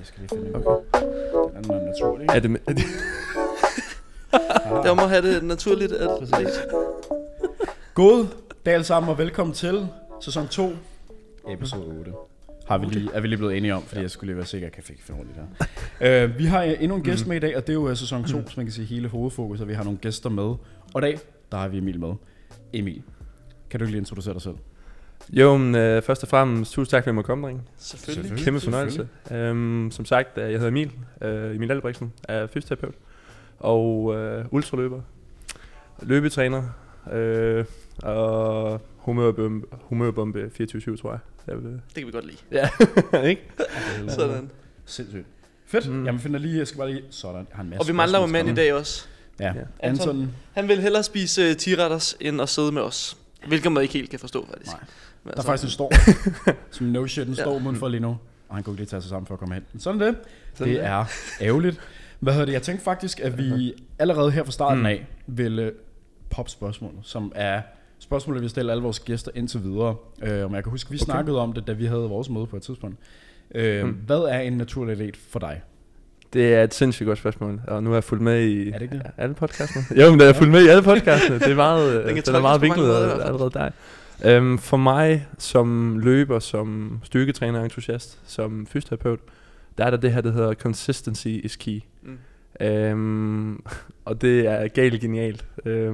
skal lige finde okay. Den er naturlig. Er det Det må have det naturligt. God dag alle sammen, og velkommen til sæson 2, episode 8. Er vi lige blevet enige om, fordi jeg skulle lige være sikker, at jeg kan finde rundt i det her. Vi har endnu en gæst med i dag, og det er jo sæson 2, så man kan sige hele hovedfokus, og vi har nogle gæster med. Og i dag, der har vi Emil med. Emil, kan du lige introducere dig selv? Jo, men først og fremmest, tusind tak for at jeg måtte komme, drenge. Selvfølgelig. Kæmpe fornøjelse. Som sagt, jeg hedder Emil. Emil Albrechtsen, er fysioterapeut og ultraløber, løbetræner og humørbombe 24/7, tror jeg. Det kan vi godt lide. Ja, ikke? Sådan. Sindssygt. Fedt. Jamen finder lige, jeg skal bare lige sådan. Jeg har en masse og vi mangler jo mand i dag også. Ja. Anton. Han vil hellere spise tiretters end at sidde med os. Hvilket man ikke helt kan forstå, faktisk. Nej. Der er faktisk en storm, som no shit, en storm udenfor lige nu. Og han kunne ikke lige tage sig sammen for at komme hen. Sådan det. Det er ærgerligt. Jeg tænkte faktisk, at vi allerede her fra starten af ville poppe spørgsmålet, som er spørgsmålet, vi stiller alle vores gæster indtil videre. Om jeg kan huske, vi snakkede om det, da vi havde vores møde på et tidspunkt. Hvad er en naturlig atlet for dig? Det er et sindssygt godt spørgsmål, og nu har jeg fulgt med i alle podcastene. Jo, men jeg har fulgt med i alle podcastene. Det er meget, den er meget vinklet allerede dig. For mig som løber, som styrketræner, entusiast, som fysioterapeut, der er der det her, der hedder consistency is key. Og det er galt genialt.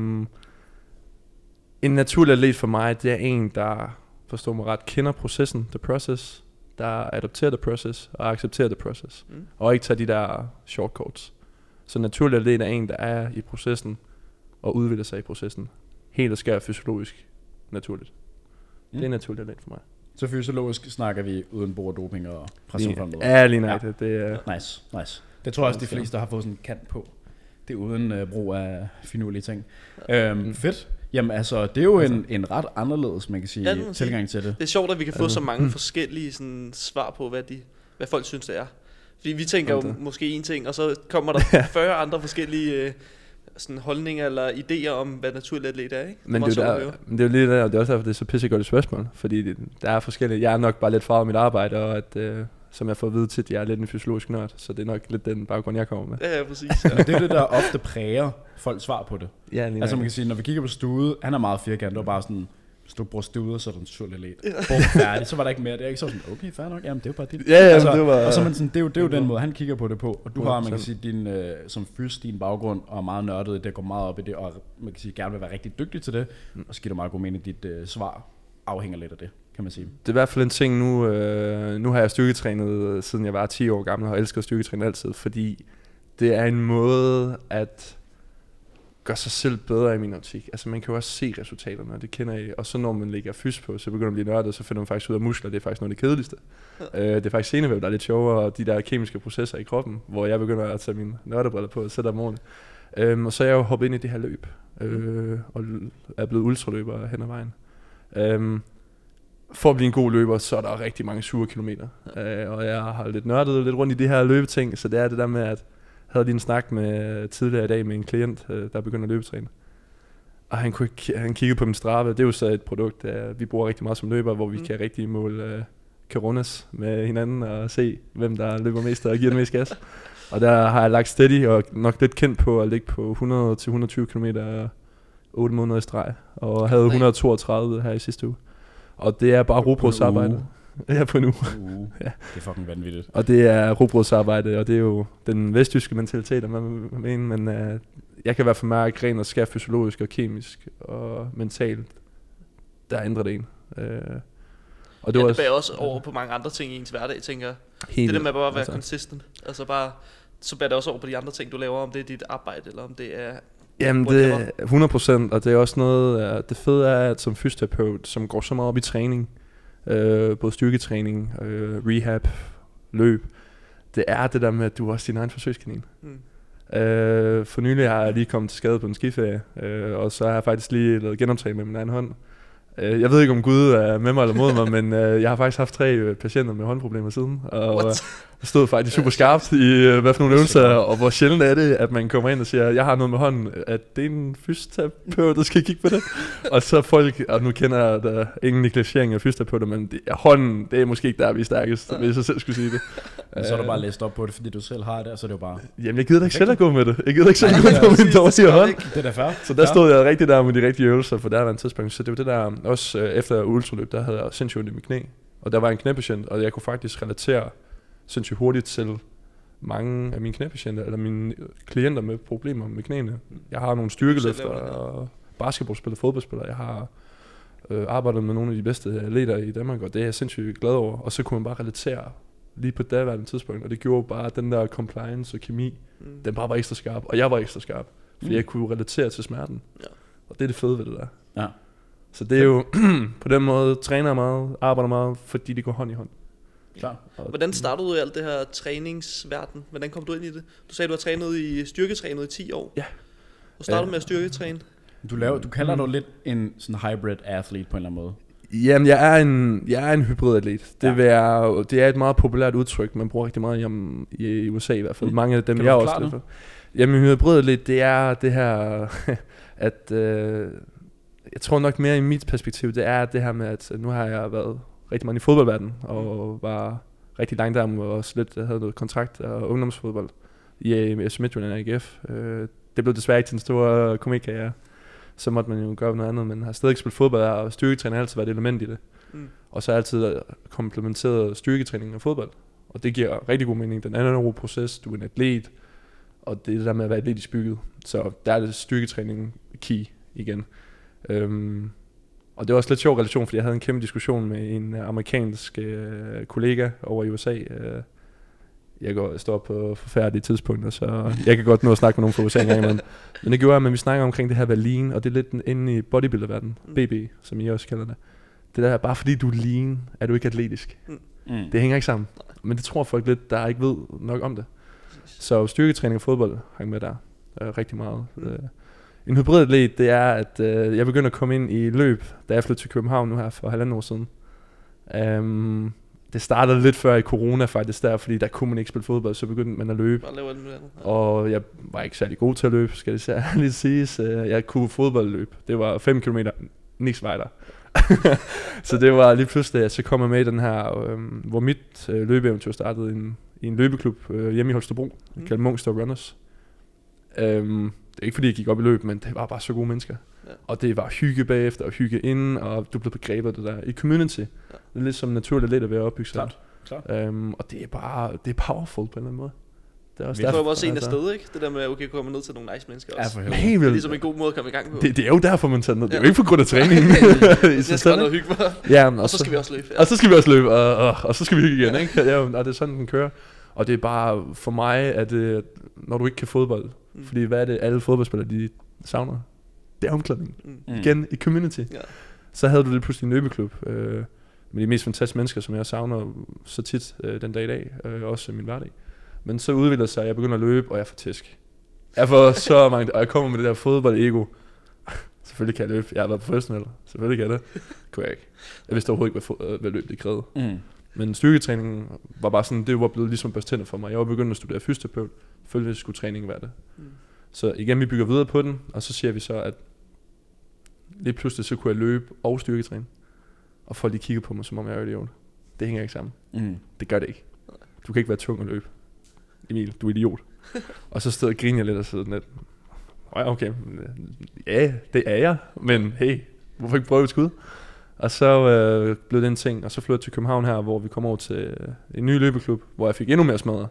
En naturlig atlet for mig, det er en, der, forstår mig ret, kender processen, the process, der adopterer the process og accepterer the process, og ikke tager de der shortcuts. Så naturlig atlet er en, der er i processen og udvikler sig i processen. Helt og skær fysiologisk naturligt. Det er naturligt atlet for mig. Så fysiologisk snakker vi uden brug af doping og pressionfremleder. Ja, lige nøjagtigt. Det er nice. Det tror jeg også, de fleste har fået sådan en kant på. Det er uden brug af finurlige ting. Fedt. Jamen altså, det er jo en ret anderledes, man kan sige, tilgang til det. Det er sjovt, at vi kan få så mange forskellige sådan, svar på, hvad folk synes, det er. Fordi vi tænker jo måske en ting, og så kommer der 40 andre forskellige sådan holdninger eller idéer om, hvad naturlig atlet er, ikke? Men det er jo lige der, og det er også derfor, det er så pissegodt et spørgsmål. Fordi der er forskellige. Jeg er nok bare lidt farvet mit arbejde, og at som jeg får at vide tit, jeg er lidt en fysiologisk nørd, så det er nok lidt den baggrund, jeg kommer med. Ja, præcis. Ja. Men det er det, der ofte præger folks svar på det. Ja, altså man kan sige, når vi kigger på Stude, han er meget firkantet, og bare sådan, hvis du bruger Stude, så er den naturlig atlet. Færdig, så var der ikke mere. Det er ikke sådan, okay, fair nok, jamen det er jo bare dit. Ja, altså, det var, og så man sådan, det er jo den måde, han kigger på det på. Og du har, man kan sige, som din baggrund, og er meget nørdet, det går meget op i det, og man kan sige, gerne vil være rigtig dygtig til det, og så giver det meget god mening, at dit svar afhænger lidt af det, kan man sige. Det er i hvert fald en ting nu har jeg styrketrænet, siden jeg var 10 år gammel, og elsker at styrketræne altid, fordi det er en måde at gøre sig selv bedre i min optik. Altså man kan jo også se resultaterne, og det kender jeg. Og så når man lægger fys på, så begynder man at blive nørdet, så finder man faktisk ud af muskler. Det er faktisk noget af det kedeligste. Det er faktisk senevæv, der er lidt sjovere, og de der kemiske processer i kroppen, hvor jeg begynder at tage mine nørdebriller på og sætte dem ordentligt. Og så er jeg jo hoppet ind i det her løb, og er blevet ultraløber hen ad vejen. For at blive en god løber, så er der rigtig mange sure kilometer. Og jeg har lidt nørdet lidt rundt i de her løbeting, så det er det der med, at jeg havde lige en snak med tidligere i dag med en klient, der begynder at løbetræne. Og han kiggede på min Strava. Det er jo så et produkt, vi bruger rigtig meget som løber, hvor vi kan rigtig måle coronas med hinanden og se, hvem der løber mest og giver den mest gas. Og der har jeg lagt steady og nok lidt kendt på at ligge på 100-120 km 8 måneder i streg. Og havde 132 her i sidste uge. Og det er bare rugbrødsarbejde. Ja, på en uge. Ja. Det er fucking vanvittigt. Og det er rugbrødsarbejde, og det er jo den vestjyske mentalitet, men jeg kan i hvert fald mærke ren og skær fysiologisk og kemisk og mentalt, der ændrer det en. Og det bærer også over på mange andre ting i ens hverdag, tænker jeg. Det der med bare at være consistent. Altså bare, så bærer det også over på de andre ting, du laver, om det er dit arbejde, eller om det er... Jamen det er 100%, og det er også noget, det fede er, at som fysioterapeut, som går så meget op i træning, både styrketræning, rehab, løb, det er det der med, at du er også din egen forsøgskanin. For nylig har jeg lige kommet til skade på en skiferie, og så har jeg faktisk lige lavet genoptræning med min egen hånd. Jeg ved ikke, om Gud er med mig eller mod mig, men jeg har faktisk haft 3 patienter med håndproblemer siden. Og stod faktisk super skarpt i, hvad for nogle øvelser, og hvor sjældent er det, at man kommer ind og siger, jeg har noget med hånden, at det er en fysioterapeut, der skal kigge på det. Og så folk, og nu kender jeg der ingen negligering af fysioterapeuter, men hånden, det er måske ikke der, vi er stærkest, hvis jeg selv skulle sige det. Men så er du bare læst op på det, fordi du selv har det, og så er det jo bare... Jamen, jeg gider da ikke selv at gå med det. Jeg gider ikke selv at gå med min dårlige hånd. Det er da fair. Så der stod jeg rigtig der med de rigtige øvelser, for der var en tidspunkt. Så det var det der, også efter ultraløb, der havde jeg sindssygt ondt i mit knæ. Og der var en knæpatient, og jeg kunne faktisk relatere sindssygt hurtigt til mange af mine knæpatienter, eller mine klienter med problemer med knæene. Jeg har nogle styrkeløfter, og basketballspillere, fodboldspillere. Jeg har arbejdet med nogle af de bedste atleter i Danmark, og det er jeg sindssygt glad over. Og så kunne man bare relatere lige på daværende tidspunkt, og det gjorde bare, at den der compliance og kemi, den bare var ekstra skarp, og jeg var ekstra skarp, fordi jeg kunne relatere til smerten. Ja. Og det er det fede ved det der. Ja. Så det er jo på den måde, træner meget, arbejder meget, fordi det går hånd i hånd. Klar. Hvordan startede du i alt det her træningsverden? Hvordan kom du ind i det? Du sagde, du har trænet i styrketrænet i 10 år. Ja. Du startede med at styrketræne. Du kalder dig lidt en sådan hybrid athlete på en eller anden måde. Jamen, jeg er en hybridatlet. Det er et meget populært udtryk, man bruger rigtig meget i USA i hvert fald. Mange af dem, jeg også det for. Jamen, hybridatlet, det er det her, at jeg tror nok mere i mit perspektiv, det er det her med, at nu har jeg været rigtig meget i fodboldverdenen, og var rigtig langt der, og også lidt havde noget kontrakt og ungdomsfodbold i FC Midtjylland og AGF. Det blev desværre ikke til en stor komikkarriere. Så måtte man jo gøre noget andet, men har stadig spillet fodbold, og styrketræning har altid været et element i det. Og så har jeg altid komplementeret styrketræning og fodbold. Og det giver rigtig god mening. Den anden proces, du er en atlet, og det er det der med at være atletisk bygget. Så der er det styrketræning key igen. Og det var også lidt sjov relation, fordi jeg havde en kæmpe diskussion med en amerikansk kollega over i USA. Jeg står på forfærdelige tidspunkter, så jeg kan godt nå at snakke med nogen fra USA engang. Men det gjorde jeg, at vi snakker omkring det her med lean, og det er lidt inde i bodybuilder-verdenen, BB, som I også kalder det. Det der, bare fordi du er lean, er du ikke atletisk. Det hænger ikke sammen. Men det tror folk lidt, der ikke ved nok om det. Så styrketræning og fodbold hænger med der rigtig meget. En hybridatlet, det er, at jeg begyndte at komme ind i løb, da jeg flyttede til København nu her for 1,5 år siden. Det startede lidt før i corona faktisk der, fordi der kunne man ikke spille fodbold, så begyndte man at løbe. Og jeg var ikke særlig god til at løbe, skal det særligt siges. Jeg kunne fodboldløb. Det var 5 km, niks vej der. Så det var lige pludselig, at så kom jeg med i den her, hvor mit løbeeventyr startede i en løbeklub hjemme i Holstebro, kaldt Munkstor Runners. Det er ikke fordi jeg gik op i løb, men det var bare så gode mennesker. Ja. Og det var hygge bagefter og hygge inden, og du blev begrebet det der i community. Ja. Det er lidt som naturligt lidt at være opbygget. Klart. Og det er bare, det er powerful på en eller anden måde. Det er også derfor også en af sted, ikke? Det der med, okay, komme ned til nogle nice mennesker også. Ja, det er ligesom en god måde at komme i gang på. Det er jo derfor, man tager ned. Det er jo ikke på grund af træningen. Det skal noget hygge mig. Ja, og så skal vi også løbe. Ja. Og så skal vi også løbe, og så skal vi hygge igen, ikke? Ja, og det er sådan, den kører. Og det er bare, for mig, at når du ikke kan fodbold, fordi hvad er det, alle fodboldspillere, de savner? Det er omklædning. Igen, i community. Ja. Så havde du lige pludselig en løbeklub, med de mest fantastiske mennesker, som jeg savner så tit den dag i dag, også min hverdag. Men så udvikler sig, jeg begynder at løbe, og jeg får tæsk. Jeg får så mange, og jeg kommer med det der fodbold-ego. Selvfølgelig kan jeg løbe. Jeg har været professionel. Selvfølgelig kan jeg det. Kunne jeg ikke. Jeg vidste overhovedet ikke, hvad løb det krævede. Men styrketræningen var bare sådan, det var blevet ligesom børstænder for mig. Jeg var begyndt at studere fysioterapeut. Selvfølgelig skulle træningen være det. Så igen, vi bygger videre på den, og så siger vi så, at lige pludselig så kunne jeg løbe og styrketræne. Og folk lige kigger på mig, som om jeg er idiot. Det hænger ikke sammen. Det gør det ikke. Du kan ikke være tung at løbe. Emil, du er idiot. Og så stod jeg og griner lidt og sådan lidt. Okay, ja, det er jeg. Men hey, hvorfor ikke prøve et skud? Og så blev det en ting, og så flyttede jeg til København her, hvor vi kom over til en ny løbeklub, hvor jeg fik endnu mere smadret.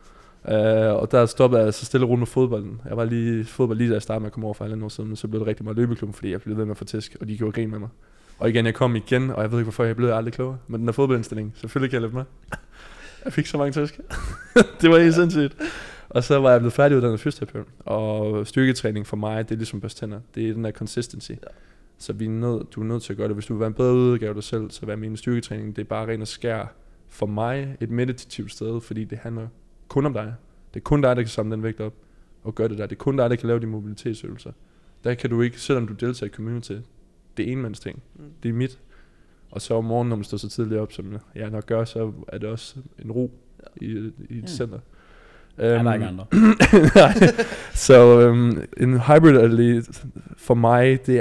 Og der stoppede jeg så stille rundt med fodbolden. Jeg var lige fodbold lige da jeg startede med at komme over for 1,5 år siden, men så blev det rigtig meget løbeklub, fordi jeg blev ved med at få tæsk, og de gjorde grin med mig. Og igen, jeg kom igen, og jeg ved ikke hvorfor, jeg blev aldrig klogere. Men den der fodboldindstilling, selvfølgelig kan jeg løbe med. Jeg fik så mange tæsk. Det var helt sindssygt. Og så var jeg blevet færdiguddannet fysioterapeut. Og styrketræning for mig, det er ligesom børstænder. Det er den der consistency. Ja. Så du er nødt til at gøre det. Hvis du vil være en bedre udgave af dig selv, så hvad min styrketræning, det er bare ren og skær for mig et meditativt sted, fordi det handler kun om dig. Det er kun dig, der kan samle den vægt op og gøre det der. Det er kun dig, der kan lave de mobilitetsøvelser. Der kan du ikke, selvom du deltager i community, det er enmands ting. Det er mit. Og så om morgenen, når man står så tidligt op, som jeg nok gør, så er det også en ro i et center. Der er ikke andre. Nej. Så en hybrid athlete for mig, det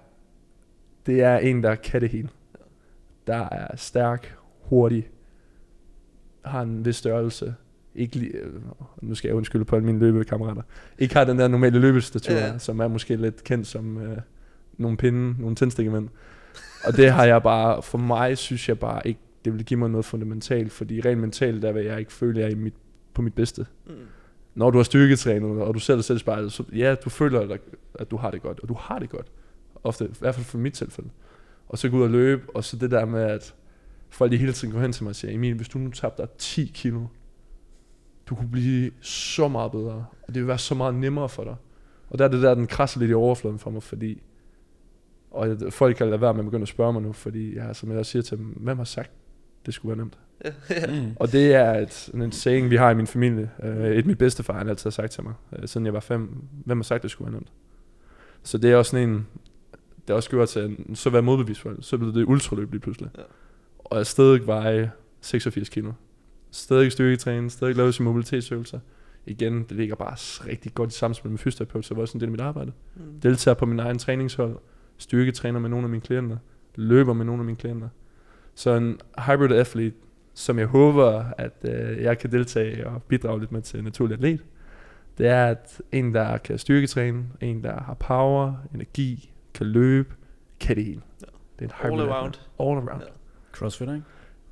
er en, der kan det hele. Der er stærk, hurtig, har en vis størrelse, ikke nu skal jeg undskylde på alle mine løbekammerater, ikke har den der normale løbestatur, som er måske lidt kendt som nogle pinde, nogle tændstikkemænd. Og det har jeg bare, for mig synes jeg bare ikke, det vil give mig noget fundamentalt, fordi rent mentalt, der vil jeg ikke føle, at jeg er på mit bedste. Når du har styrketrænet, og du selv spejlet, så ja, du føler, at du har det godt, og du har det godt. Ofte, i hvert fald for mit tilfælde. Og så gå ud og løbe, og så det der med, at folk hele tiden går hen til mig og siger, Emil, hvis du nu tabte dig 10 kilo, du kunne blive så meget bedre, og det vil være så meget nemmere for dig. Og der er det der, den krasser lidt i overfladen for mig, fordi, og folk kan lade være med at begynde at spørge mig nu, fordi jeg, som jeg siger til dem, hvem har sagt, det skulle være nemt? Og det er en saying, vi har i min familie. Mit bedstefar, han altid har sagt til mig, siden jeg var 5, hvem har sagt, det skulle være nemt? Så det er også sådan en, det også gjort til, så være modbevis for det. Så blev det ultraløb lige pludselig. Ja. Og jeg stadig veje 86 kilo. Stadig styrketræne, stadig lave sine mobilitetsøvelser. Igen, det ligger bare rigtig godt i samspil med fysioterapeut, så var det sådan en del af mit arbejde. Deltager på min egen træningshold, styrketræner med nogle af mine klienter, løber med nogle af mine klienter. Så en hybrid athlete, som jeg håber, at jeg kan deltage og bidrage lidt med til naturlig atlet, det er at en, der kan styrketræne, en, der har power, energi, kan løbe, kan det hele. Ja. Det er en hybrid athlete. All around. Ja. Crossfit, ikke?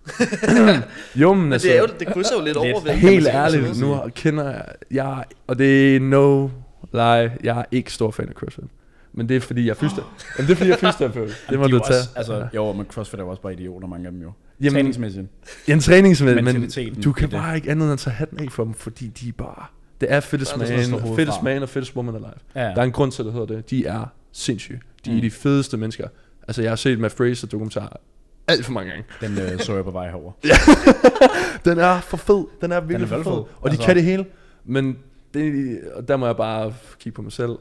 Jo, men altså, det, det krydser jo lidt over. Helt ærligt, nu kender jeg, og det er no lie, jeg er ikke stor fan af CrossFit. Men det er fordi jeg fyster. Jamen, det er fordi jeg fyster på. Det må du tage. Altså, jo, men CrossFit er jo også bare idioter, mange af dem jo. Træningsmæssigt. Ja, træningsmæssigt, men du kan bare ikke andet end at tage hatten af for dem, fordi de er bare, det er fittest man og fittest woman alive. Ja. Der er en grund til, at det hedder det. De er sindssyge. De er de fedeste mennesker. Altså, jeg har set Matt Fraser dokumentar alt for mange gange. Den så jeg på vej herover. Den er for fed. Den er virkelig for fed. Og altså, de kan det hele. Men der må jeg bare kigge på mig selv.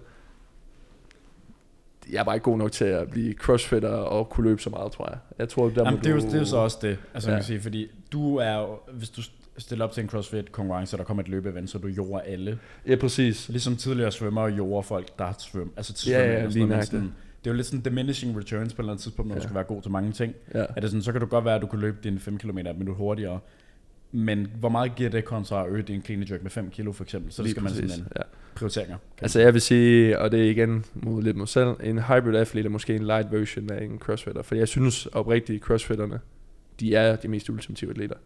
Jeg er bare ikke god nok til at blive crossfitter og kunne løbe så meget, tror jeg. Jeg tror, der må det er jo så også det. Altså, man kan sige, fordi du er jo, hvis du stiller op til en CrossFit-konkurrence, og der kommer et løbeevent, så du jorder alle. Ja, præcis. Ligesom tidligere svømmer og jorder folk, der har svømt. Altså til svømme. Ja, det er jo lidt sådan diminishing returns på et eller andet tidspunkt, når du skal være god til mange ting. Ja. Er det sådan, så kan du godt være, at du kan løbe dine 5 km et minut hurtigere. Men hvor meget giver det kontra at øge din clean and jerk med 5 kilo for eksempel? Så det skal man sådan prioriteringer. Altså jeg vil sige, og det er igen lidt mod selv, en hybrid athlete er måske en light version af en crossfitter. For jeg synes oprigtigt, crossfitterne, de er de mest ultimative atleter.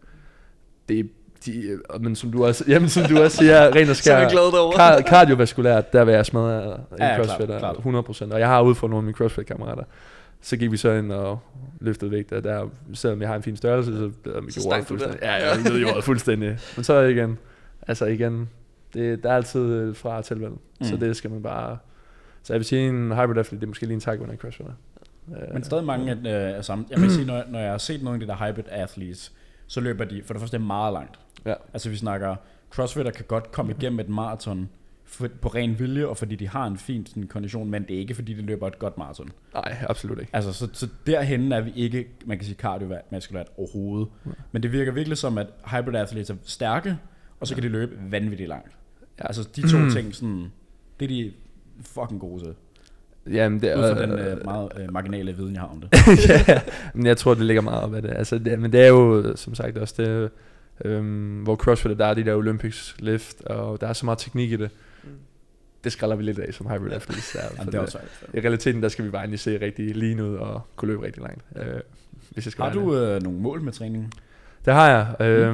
Men som du også siger, rent og skær, kardiovaskulært, der vil jeg smadre en crossfitter klart. 100%. Og jeg har udfordret nogle af mine crossfit-kammerater. Så gik vi så ind og løftede vægt, og der, selvom jeg har en fin størrelse, så blev mit jord fuldstændig. Ja, jeg ved jordet fuldstændig. Men så igen, der er altid fra til vel. Så det skal man bare. Så jeg vil sige, en hybrid athlete, det er måske lige en takkende af crossfitter. Men stadig mange af samme. Jeg vil sige, når jeg har set nogle af de der hybrid athletes, så løber de, for det første meget langt. Ja. Altså vi snakker, crossfitter kan godt komme igennem et maraton på ren vilje, og fordi de har en fin sådan, kondition, men det er ikke fordi de løber et godt maraton. Nej, absolut ikke. Altså så derhenne er vi ikke, man kan sige kardiovaskulært overhovedet. Men det virker virkelig som, at hybrid athletes er stærke, og så kan de løbe vanvittigt langt. Ja. Altså de to ting, sådan, det er de fucking gode til. Jamen, det er ud fra den meget marginale viden, jeg har om det. Ja, men jeg tror, det ligger meget op af det. Altså, men det er jo, som sagt, også det, hvor CrossFit, der er de der Olympics lift, og der er så meget teknik i det. Det skræller vi lidt af som hybrid athletes. Det er også i realiteten, der skal vi bare egentlig se rigtig lean ud og kunne løbe rigtig langt. Hvis jeg skal har du nogle mål med træningen? Det har jeg.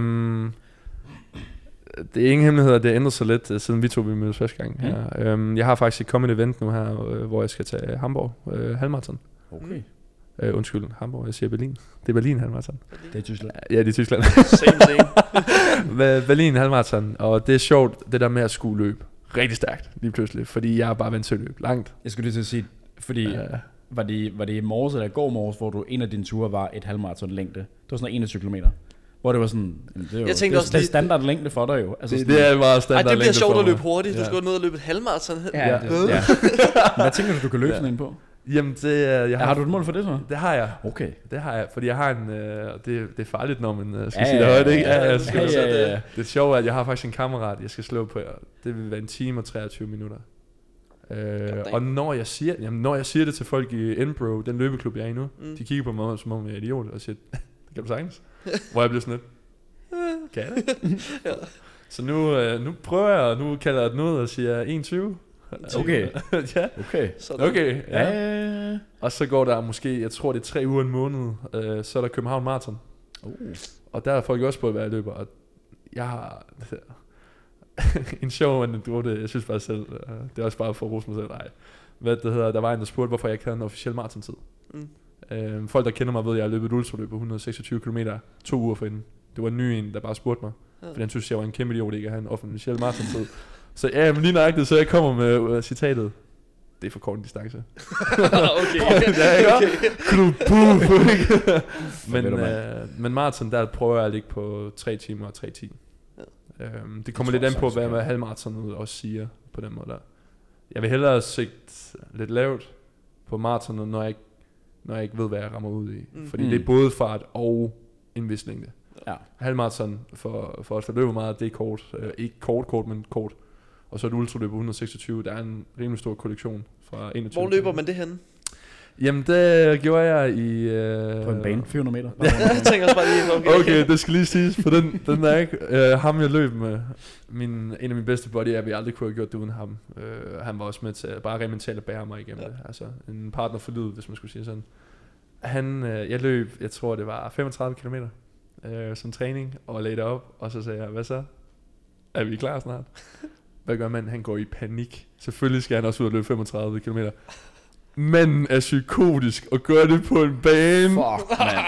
Det er ingen hemmelighed, det ændrer sig lidt, siden vi mødtes første gang her. Jeg har faktisk et kommende event nu her, hvor jeg skal tage Hamburg halvmarathon. Okay. Undskyld, Hamburg, jeg siger Berlin. Det er Berlin halvmarathon. Det er Tyskland. Ja, det er Tyskland. Same. Berlin halvmarathon, og det er sjovt, det der med at skulle løbe rigtig stærkt lige pludselig, fordi jeg er bare vant til at løbe langt. Jeg skulle lige til at sige, fordi var det i morges eller i går morges, hvor du en af dine ture var et halvmarathon længde. Det var sådan 21 kilometer. Hvor det var sådan, det er standard længde for dig jo. Altså det er meget standard længde. Det bliver sjovt at løbe hurtigt. Du skal gå ned og løbe et halvmarathon. Ja. Hvad tænker du kan løbe sådan en på? Jamen, har du et mål for det så? Det har jeg. Okay. Det har jeg, fordi jeg har en... det er farligt, når man skal sige det højt, ikke? Ja. Det er sjovt, at jeg har faktisk en kammerat, jeg skal slå på. Det vil være 1 time og 23 minutter. Og når jeg siger det til folk i Enbro, den løbeklub, jeg er i nu, de kigger på mig, som om jeg er idiot, og siger, det kan du sagtens. Hvor jeg bliver sådan lidt, kan jeg det? Ja. Så nu prøver jeg, nu kalder jeg den ud og siger 21. Okay. Ja. Okay. Ja. Og så går der måske, jeg tror det er 3 uger en måned, så er der København Marathon. Og der er folk også på at være løber, og jeg har en sjov anekdote, jeg synes bare selv, det er også bare for at rose mig selv, der var en, der spurgte, hvorfor jeg ikke havde en officiel maratontid. Folk, der kender mig, ved, at jeg har løbet et ultraløb på 126 km 2 uger forinden. Det var en ny en, der bare spurgte mig, fordi han synes, jeg var en kæmpe idiot, ikke at have en officiel maratontid. Så ja, men lige nøjagtigt, så jeg kommer med citatet. Det er for kort en distance. Men maraton, der prøver jeg at ligge på 3 timer og 3:10. Det kommer lidt an på, hvad halvmaratonet også siger på den måde der. Jeg vil hellere sigte lidt lavt på maratonet, når jeg ikke ved, hvad jeg rammer ud i. Fordi det er både fart og en vis længde. Halvmaraton for os, der løber meget, det er kort. Ikke kort, men kort. Og så et ultraløb på 126, der er en rimelig stor kollektion fra 21. Hvor løber man det henne? Jamen det gjorde jeg i... På en bane, 400 meter. Jeg tænker også bare lige, okay, det skal lige siges, for den er ikke... ham jeg løb med, en af mine bedste buddier, vi aldrig kunne have gjort det uden ham. Han var også med til bare rent mentalt at bære mig igennem det. Altså en partner for livet, hvis man skulle sige sådan. Jeg løb, jeg tror det var 35 kilometer som træning, og lagde det op, og så sagde jeg, hvad så? Er vi klar snart? Hvad gør man? Han går i panik. Selvfølgelig skal han også ud og løbe 35 km. Manden er psykotisk og gør det på en bane. Fuck, man.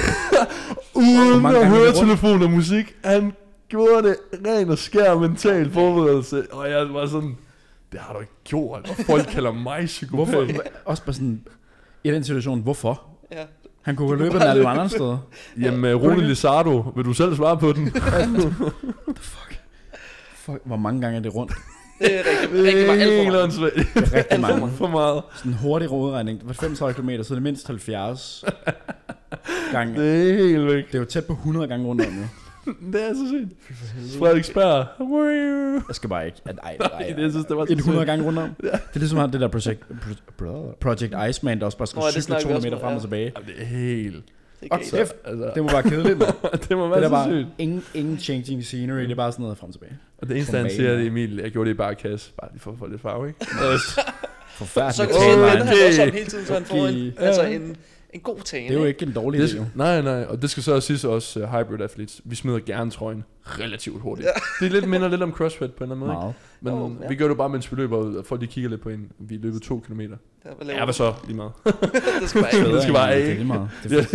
Uden at høre telefon og musik. Han gjorde det ren og skær mental forberedelse. Og jeg var sådan, det har du ikke gjort. Og folk kalder mig psykopat. Hvorfor? Også bare sådan, i den situation, hvorfor? Ja. Han kunne have løbet den alle andre steder. Jamen, Rune Lizardo, vil du selv svare på den? What the fuck? Hvor mange gange er det rundt? Det er rigtig meget. Det er rigtig mange. For meget. Sådan en hurtig rådregning. Det var 35 km, så er det mindst 70 gange. Det er helt væk. Det er jo tæt på 100 gange rundt om nu. Det er så sygt. Frederiksberg. Jeg skal bare ikke. Nej. Jeg synes, det var 100 gange rundt om. Det er ligesom at det der Project Iceman, der også bare skal cykle 200 meter frem og tilbage. Det er helt... Det må være kedeligt. Det må være så sygt. Ingen changing scenery, det er bare sådan noget frem og tilbage. Og det eneste han siger, det er Emil, jeg gjorde det i bare kasse, bare lige for at få lidt farve, ikke? Forfærdeligt. Så vender han også om hele tiden, så han får en god tane. Det er jo ikke en dårlig idé. Nej, og det skal så også også hybrid athletes. Vi smider gerne trøjen relativt hurtigt. Det minder lidt om CrossFit på en eller anden måde. Men vi gør det bare, mens vi løber ud, og folk de kigger lidt på en. Vi løber 2 kilometer. Ja, hvad så? Lige meget. Det skal bare af. Det er lige meget.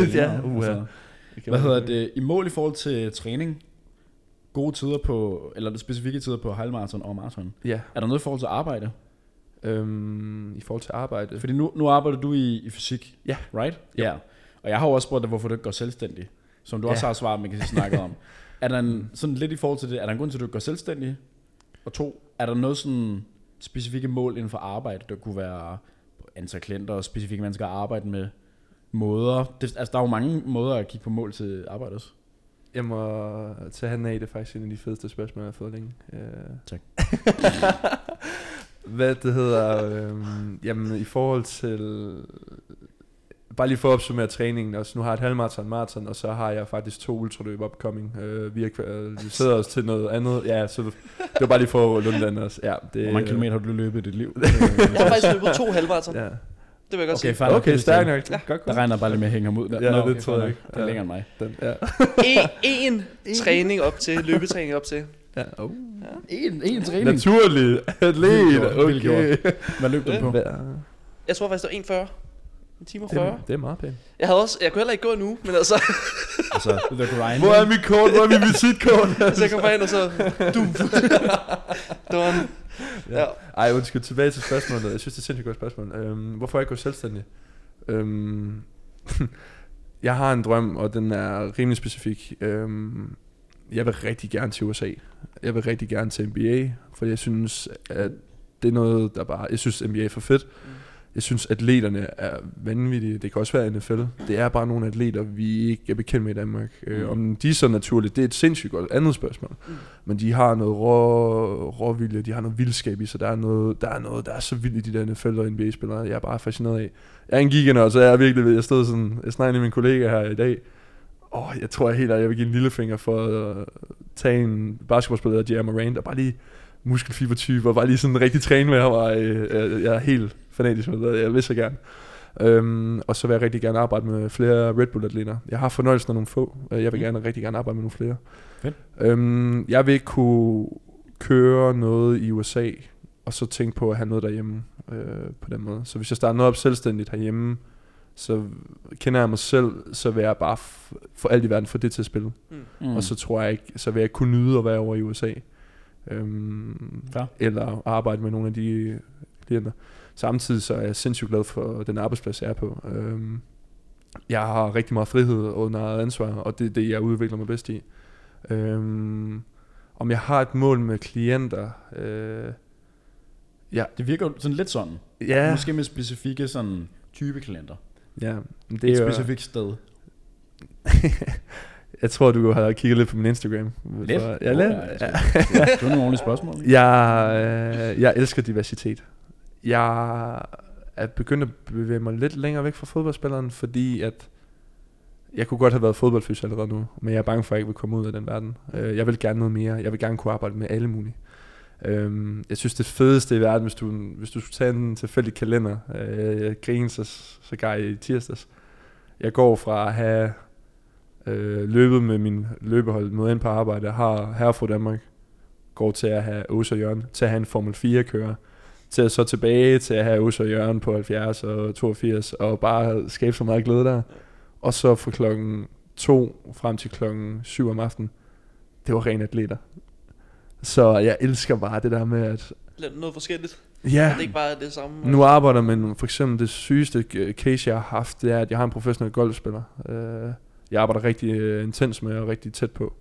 Hvad hedder det? I mål i forhold til træning? Gode tider på, eller specifikke tider på halvmarathon og marathon? Ja. Er der noget i forhold til arbejde? I forhold til arbejde? Fordi nu arbejder du i fysik, ja. Right? Ja. Og jeg har jo også spurgt dig, hvorfor du ikke går selvstændig. Som du også har svaret, man kan snakke om. Er der sådan lidt i forhold til det, er der en grund til, at du ikke går selvstændig? Og 2, er der noget sådan specifikke mål inden for arbejde, der kunne være antal klienter og specifikke mennesker at arbejde med måder? Der er jo mange måder at kigge på mål til arbejde også. Jeg må tage handen af, det er faktisk en af de fedeste spørgsmål, jeg har fået længe. Tak. Hvad det hedder, jamen i forhold til, bare lige for at opsummere træningen, altså nu har jeg et halvmarathon, marathon, og så har jeg faktisk 2 ultraløb upcoming. Vi sidder os til noget andet, ja, så det var bare lige for at lunde den også. Ja, det, hvor mange kilometer har du løbet i dit liv? Jeg har faktisk løbet 2 halvmarathon. Ja. Det vil jeg godt sige. Okay, stærk nok. Ja. Der regner bare lidt med at hænge ham ud der. Ja, det tror jeg ikke. Det er længere end mig. En træning op til, løbetræning op til. Ja. En træning. Naturlig atlet. Okay. Hvad løb du på? Jeg tror faktisk, det var 1:40. 1 time og 40. Det er meget pænt. Jeg kunne heller ikke gå nu, men altså... the grind. Hvor er mit kort? Hvor er mit visitkort? Så jeg kom bare ind og så... Done. Ja. Ej, undskyld, tilbage til spørgsmålet. Jeg synes, det er sindssygt godt spørgsmål. Hvorfor jeg går selvstændig? Jeg har en drøm, og den er rimelig specifik. Jeg vil rigtig gerne til USA. Jeg vil rigtig gerne til NBA, fordi jeg synes, at det er noget, der bare... Jeg synes, NBA er for fedt. Jeg synes, atleterne er vanvittige. Det kan også være NFL. Det er bare nogle atleter, vi ikke er bekendt med i Danmark. Om de er så naturligt, det er et sindssygt godt andet spørgsmål. Men de har noget råvilje, de har noget vildskab i sig. Der er noget, der er så vildt i de der NFL og NBA-spillere. Jeg er bare fascineret af. Jeg er en giganør, så jeg er virkelig ved. Jeg stod sådan, jeg snakkede med min kollega her i dag. Jeg tror jeg vil give en lillefinger for at tage en basketballspiller, J.R. Morant, og bare lige muskelfibertype, og bare lige sådan rigtig træne med ham. Jeg er helt fanatisk med det, jeg vil så gerne. Og så vil jeg rigtig gerne arbejde med flere Red Bull-atleter. Jeg har fornøjelsen af nogle få. Jeg vil rigtig gerne arbejde med nogle flere. Fedt. Jeg vil ikke kunne køre noget i USA, og så tænke på at have noget derhjemme på den måde. Så hvis jeg starter noget op selvstændigt herhjemme, så kender jeg mig selv, så vil jeg bare for alt i verden få det til at spille. Og så tror jeg ikke, så vil jeg kunne nyde at være over i USA. Eller arbejde med nogle af de klienter. Samtidig så er jeg sindssygt glad for den arbejdsplads, jeg er på. Jeg har rigtig meget frihed og noget ansvar, og det er det, jeg udvikler mig bedst i. Om jeg har et mål med klienter... Ja. Det virker jo sådan lidt sådan. Ja. Måske med specifikke sådan type klienter. Ja, det er et specifikt sted. Jeg tror, du har kigget lidt på min Instagram. Lidt? Ja, lidt. Det er nogle ordentlige spørgsmål. Jeg elsker diversitet. Jeg er begyndt at bevæge mig lidt længere væk fra fodboldspilleren, fordi at jeg kunne godt have været fodboldfys allerede nu, men jeg er bange for, at jeg ikke vil komme ud af den verden. Jeg vil gerne noget mere. Jeg vil gerne kunne arbejde med alle mulige. Jeg synes det fedeste i verden, hvis du skulle tage en tilfældig kalender, jeg griner så gar i tirsdags. Jeg går fra at have løbet med min løbehold, møder ind på arbejde, jeg har her fra Danmark, går til at have Åse og Jørgen, til at have en Formel 4 kører, til at så tilbage til at have Åse og Jørgen på 70 og 82, og bare skabe så meget glæde der. Og så fra klokken 2 frem til klokken 7 om aftenen, det var rene atleter. Så jeg elsker bare det der med at... Noget forskelligt. Ja. Er det ikke bare det samme? Nu arbejder man for eksempel det sygeste case jeg har haft, det er at jeg har en professionel golfspiller. Jeg arbejder rigtig intens med og rigtig tæt på.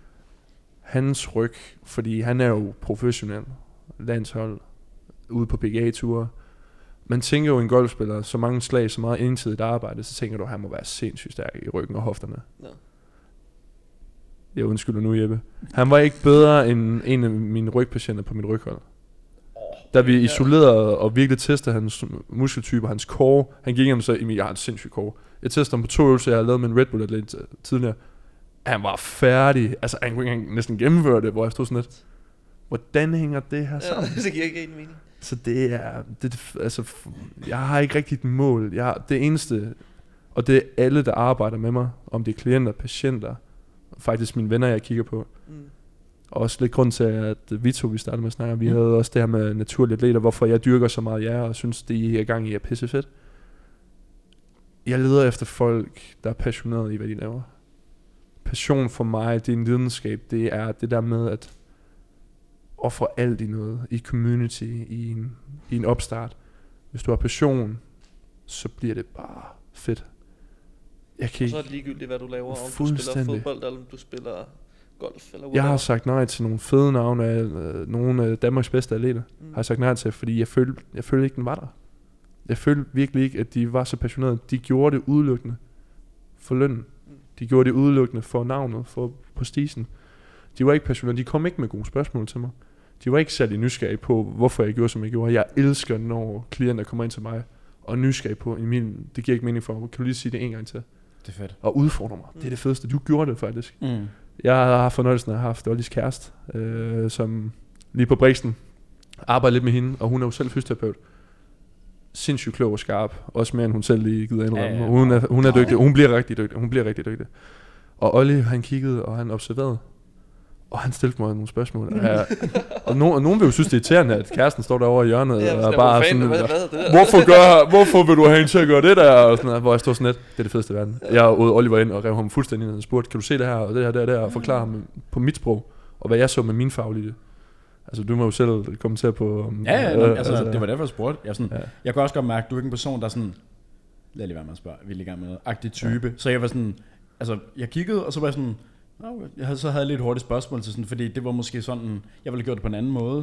Hans ryg, fordi han er jo professionel landshold ude på PGA-ture. Man tænker jo en golfspiller, så mange slag, så meget ensidigt arbejde, så tænker du, at han må være sindssygt stærk i ryggen og hofterne. Ja. Jeg undskylder nu, Jeppe. Han var ikke bedre end en af mine rygpatienter på mit ryghold. Da vi isolerede og virkelig testede hans muskeltyper, hans core, han gik ind og sagde, jeg har en sindssyg core. Jeg testede ham på 2 øvelser, jeg havde lavet med en Red Bull atlet tidligere. Han var færdig. Altså, han kunne ikke næsten gennemføre det, hvor jeg stod sådan lidt. Hvordan hænger det her sammen? Ja, det giver ikke en mening. Så det er... altså, jeg har ikke rigtigt et mål. Det eneste... Og det er alle, der arbejder med mig. Om det er klienter, patienter. Faktisk mine venner, jeg kigger på. Og også lidt grund til, at vi startede med at snakke. Vi havde også det her med naturlige atleter. Hvorfor jeg dyrker så meget jer, og synes, det I er gang i er pissefedt. Jeg leder efter folk, der er passionerede i, hvad de laver. Passion for mig, det er en lidenskab. Det er det der med at ofre alt i noget. I community, i en opstart. Hvis du har passion, så bliver det bare fedt. Og så er det ligegyldigt, hvad du laver. Om du spiller fodbold, eller om du spiller golf. Eller jeg har sagt nej til nogle fede navne af nogle af Danmarks bedste atleter. Har jeg sagt nej til, fordi jeg følte ikke, den var der. Jeg følte virkelig ikke, at de var så passionerede. De gjorde det udelukkende for lønnen. De gjorde det udelukkende for navnet, for prestigen. De var ikke passionerede. De kom ikke med gode spørgsmål til mig. De var ikke særlig nysgerrige på, hvorfor jeg gjorde, som jeg gjorde. Jeg elsker, når klienter kommer ind til mig og nysgerrige på, Emil, det giver ikke mening for mig. Kan du lige sige det en gang til? Det er fedt. Og udfordre mig. Det er det fedeste. Du gjorde det faktisk. Jeg har fornøjelsen af at have haft Ollys kæreste, som lige på Brixen arbejder lidt med hende, og hun er jo selv fysioterapeut. Sindssygt klog og skarp. Også mere end hun selv lige gider indrømme. Ja. Hun er dygtig. Hun bliver rigtig dygtig. Og Olli, han kiggede, og han observerede. Og han stillede mig nogle spørgsmål. Og nogen vil jo synes, det er irriterende, at kæresten står derovre i hjørnet. Og bare sådan, hvorfor vil du have hende til at gøre det der? Og sådan, hvor jeg stod sådan lidt, det er det fedeste i verden. Jeg åd Oliver ind og rev ham fuldstændig ind og spurgte, kan du se det her og det her, og forklare ham på mit sprog, og hvad jeg så med min faglige. Altså, du må jo selv kommentere på... det var derfor, jeg spurgte. Jeg kan også godt mærke, at du er ikke en person, der er sådan... Lad lige være med at spørge, vil I gerne med agtig type. Ja. Så jeg var sådan... Altså, jeg kiggede, og så var jeg sådan... Jeg havde lidt hurtigt spørgsmål til sådan, fordi det var måske sådan... Jeg ville have gjort det på en anden måde.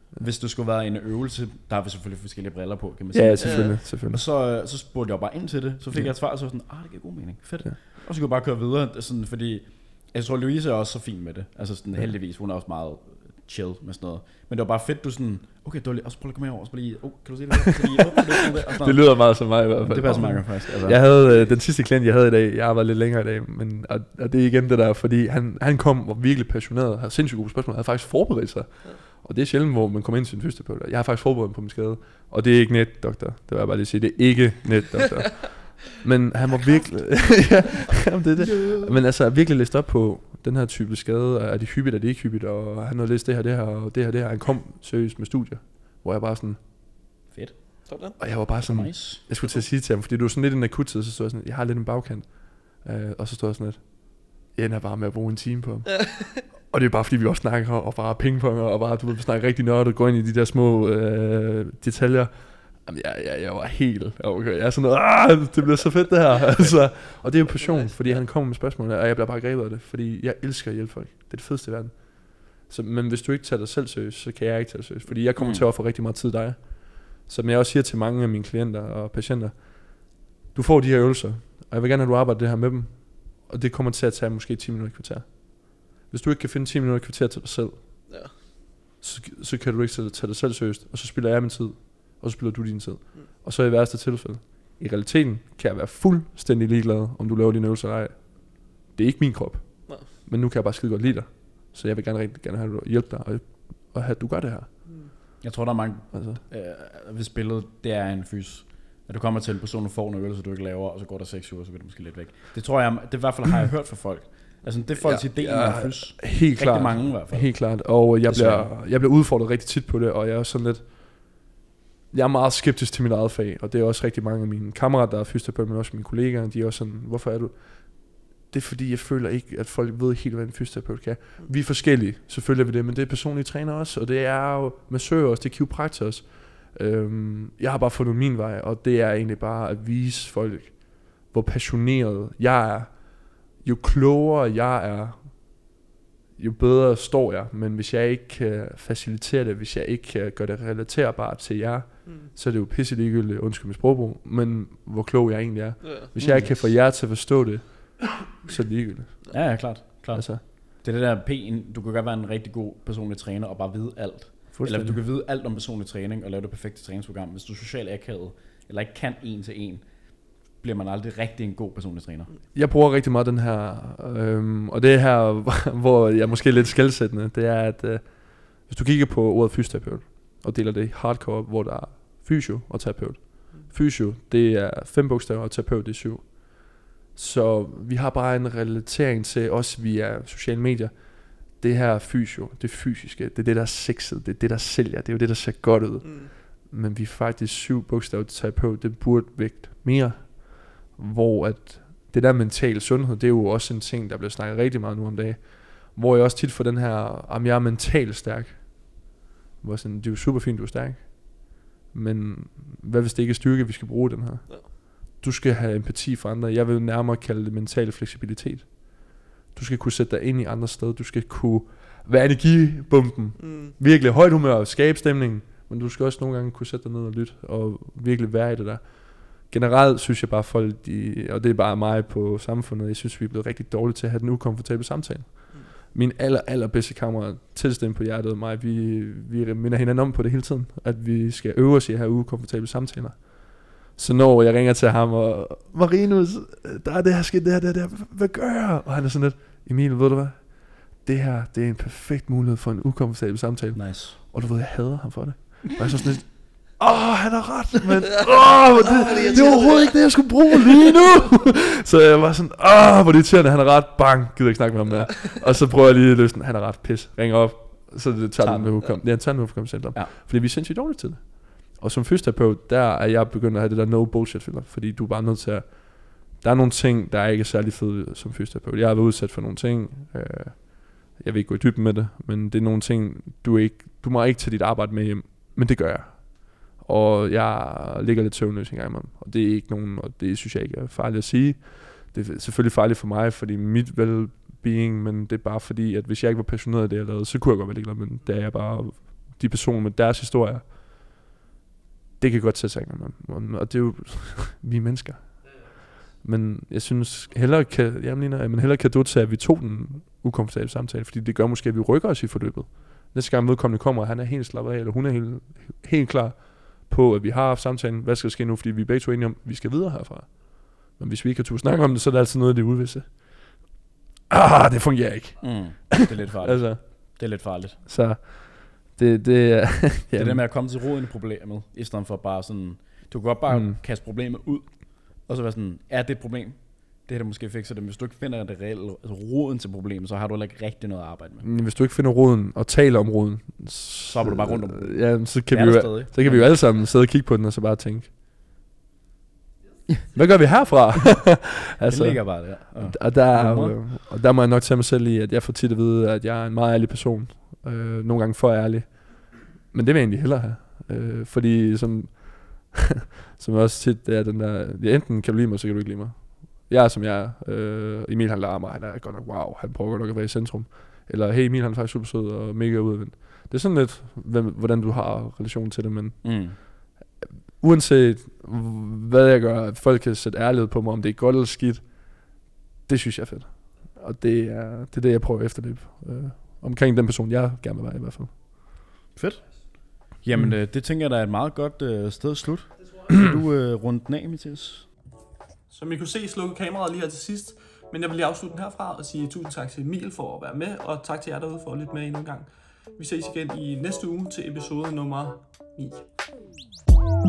hvis du skulle være en øvelse, der har vi selvfølgelig forskellige briller på, kan man sige. Ja, selvfølgelig. Og så spurgte jeg bare ind til det, så fik jeg et svar, og så var sådan, det giver god mening, fedt. Ja. Og så kunne jeg bare køre videre, sådan, fordi jeg tror, Louise er også så fin med det. Altså sådan, heldigvis, hun er også meget chill med sådan noget. Men det var bare fedt, du sådan, okay, dårligt, og så prøv at komme herover, og så lige, kan du se det der? Fordi, det lyder meget som mig i hvert fald. Det passer meget faktisk. Altså. Jeg havde, den sidste klient, jeg havde i dag, jeg arbejdede lidt længere i dag, men, og det er igen det der, fordi han kom og virkelig passioneret, havde sindssygt gode spørgsmål, havde faktisk forberedt sig. Ja. Og det er sjældent, hvor man kommer ind til en fysioterapeut. Jeg har faktisk forberedt på min skade, og det er ikke net, doktor. Det vil jeg bare lige sige, det er ikke net, doktor. Men han var virkelig... ja, det er det. Men altså, virkelig læst op på den her type skade, er det hyppigt, er det ikke hyppigt, og han har læst det her, og det her. Han kom seriøst med studier, hvor jeg bare sådan... Fedt. Og jeg var bare sådan... Nice. Jeg skulle til at sige til ham, fordi du var sådan lidt en akuttid, så stod jeg sådan, jeg har lidt en bagkant. Og så stod jeg sådan lidt, jeg ender bare med at bruge en time på ham. Og det er bare fordi vi også snakker og bare pingponger og bare, du ved, snakker rigtig nørdet, går ind i de der små detaljer. Jamen, jeg var helt okay. Jeg er sådan noget, det bliver så fedt det her. Altså, og det er jo passion, fordi han kommer med spørgsmål, og jeg bliver bare grebet af det, fordi jeg elsker at hjælpe folk. Det er det fedeste i verden. Så, men hvis du ikke tager dig selv seriøst, så kan jeg ikke tage dig seriøst, fordi jeg kommer til at ofre rigtig meget tid dig. Som jeg også siger til mange af mine klienter og patienter, du får de her øvelser, og jeg vil gerne have, at du arbejder det her med dem, og det kommer til at tage måske 10 minutter i kvarter. Hvis du ikke kan finde 10 minutter i kvarter til dig selv, så kan du ikke tage dig selv seriøst, og så spiller jeg min tid, og så spiller du din tid. Og så i værste tilfælde, i realiteten kan jeg være fuldstændig ligeglad, om du laver dine øvelser eller ej. Det er ikke min krop. Nej. Men nu kan jeg bare skide godt lide dig. Så jeg vil rigtig gerne have, at du hjælper dig, og have, at du gør det her. Jeg tror, der er mange, hvis billedet det er en fys, at du kommer til en person, og får en øvelse, du ikke laver, og så går der 6 uger, så bliver det måske lidt væk. Det tror jeg, det i hvert fald har jeg hørt fra folk. Altså det er folks idé med en fys. Helt klart. Rigtig mange i hvert fald. Helt klart. Og jeg bliver udfordret rigtig tit på det, og jeg er sådan lidt... Jeg er meget skeptisk til mit eget fag, og det er også rigtig mange af mine kammerater, der er fysioterapeut, men også mine kollegaer, de er også sådan, hvorfor er du... Det er fordi, jeg føler ikke, at folk ved helt, hvad en fysioterapeut kan. Vi er forskellige, selvfølgelig er vi det, men det er personlige træner også, og det er jo massører også, det er kiropraktor også. Jeg har bare fundet min vej, og det er egentlig bare at vise folk, hvor passioneret jeg er. Jo klogere jeg er, jo bedre står jeg, men hvis jeg ikke kan facilitere det, hvis jeg ikke kan gøre det relaterbart til jer, så er det jo pisse ligegyldigt, undskyld mit sprogbrug, men hvor klog jeg egentlig er. Hvis jeg ikke kan få jer til at forstå det, så er det ligegyldigt. Ja, klart. Altså. Det er det der P'en, du kan godt være en rigtig god personlig træner og bare vide alt. Eller du kan vide alt om personlig træning og lave det perfekte træningsprogram. Hvis du er socialt akavet, eller ikke kan en til en, bliver man aldrig rigtig en god personlig træner. Jeg bruger rigtig meget den her, og det her, hvor jeg måske er lidt skelsættende, det er, at hvis du kigger på ordet fysioterapeut, og deler det i hardcore, hvor der er fysio og terapeut. Fysio, det er 5 bogstaver, og terapeut, det er 7. Så vi har bare en relatering til os via sociale medier. Det her fysio, det fysiske, det er det, der er sexet, det er det, der sælger, det er jo det, der ser godt ud. Men vi er faktisk 7 bogstaver til terapeut, det burde vægt mere. Hvor at det der mentale sundhed, det er jo også en ting, der bliver snakket rigtig meget nu om dagen. Hvor jeg også tit får den her, jeg er mentalt stærk. Hvor sådan, det er jo super fint, du er stærk. Men hvad hvis det ikke er styrke, vi skal bruge den her? Ja. Du skal have empati for andre. Jeg vil nærmere kalde det mental fleksibilitet. Du skal kunne sætte dig ind i andre steder. Du skal kunne være energibomben. Virkelig højt humør og skabe stemningen. Men du skal også nogle gange kunne sætte dig ned og lytte. Og virkelig være i det der. Generelt synes jeg bare folk, og det er bare mig på samfundet, jeg synes vi er blevet rigtig dårlige til at have den ukomfortable samtale. Min allerbedste kammerat, tilstemme på hjertet og mig, vi minder hinanden om på det hele tiden, at vi skal øve os i at have ukomfortable samtaler. Så når jeg ringer til ham og, Marinus, der er det her sket, det her, hvad gør jeg? Og han er sådan lidt, Emil, ved du hvad? Det her, det er en perfekt mulighed for en ukomfortabel samtale. Nice. Og du ved, jeg hader ham for det. Og jeg er sådan lidt, han har ret, men det er overhovedet ikke det, jeg skulle bruge lige nu. Så jeg var sådan, hvor det irriterende, han har ret, bang, gider ikke snakke med ham der. Og så prøver jeg lige at løse den, han har ret, pis, ringer op, så det tager den med hukommelse. Ja, tager den med hukommelse. Fordi vi er sindssygt dårlige til det. Og som fysioterapeut, der er jeg begyndt at have det der no bullshit filter, fordi du er bare nødt til at, der er nogle ting, der er ikke særlig fede som fysioterapeut. Jeg har været udsat for nogle ting, jeg vil ikke gå i dybden med det, men det er nogle ting, du må ikke tage dit arbejde med hjem, men det gør jeg. Og jeg ligger lidt søvnløs en gang imellem, og det er ikke nogen, og det synes jeg ikke er farligt at sige. Det er selvfølgelig farligt for mig, fordi mit well-being, men det er bare fordi, at hvis jeg ikke var passioneret af det, jeg lavede, så kunne jeg godt være ligeglad, men det er jeg bare de personer med deres historier, det kan godt sætte sig ind. Og det er jo, vi er mennesker. Men jeg synes hellere kan du til, at vi tog den ukomfortable samtale, fordi det gør måske, at vi rykker os i forløbet. Næste gang vedkommende kommer, og han er helt slappet af, eller hun er helt klar på, at vi har haft samtalen, hvad skal der ske nu, fordi vi er begge to enige om, at vi skal videre herfra. Men hvis vi ikke kan snakke om det, så er det altid noget af det uvisse. Det fungerer ikke. Det er lidt farligt. Altså, det er lidt farligt. Så det er... det er det med at komme til roden i problemet, i stedet for bare sådan... Du kan godt bare kaste problemet ud, og så være sådan, er det et problem? Det er det måske fikser det, men hvis du ikke finder det reelle, altså roden til problemet, så har du heller ikke rigtig noget at arbejde med. Hvis du ikke finder roden og taler om roden, så er du bare rundt om roden. Ja, så kan vi jo alle sammen sidde og kigge på den, og så bare tænke, hvad gør vi herfra? Altså, det ligger bare der. Og der må jeg nok tage mig selv i, at jeg får tit at vide, at jeg er en meget ærlig person. Nogle gange for ærlig. Men det vil jeg egentlig hellere have. Fordi som også tit, det er den der, enten kan du lide mig, så kan du ikke lide mig. Jeg er som jeg er. Emil han lader mig, han er godt nok wow, han prøver godt nok at være i centrum. Eller hey Emil han er faktisk super sød og mega udadvendt. Det er sådan lidt, hvordan du har relation til det, men uanset hvad jeg gør, at folk kan sætte ærlighed på mig, om det er godt eller skidt, det synes jeg er fedt. Og det er det, jeg prøver efter det. Omkring den person, jeg gerne vil være i hvert fald. Fedt. Jamen, det tænker jeg, der er et meget godt sted at slutte. Kan du runde den af, Mathias? Som I kunne se, slukkede kameraet lige her til sidst. Men jeg vil lige afslutte den herfra og sige tusind tak til Emil for at være med, og tak til jer derude for at lytte med endnu en gang. Vi ses igen i næste uge til episode nummer 9.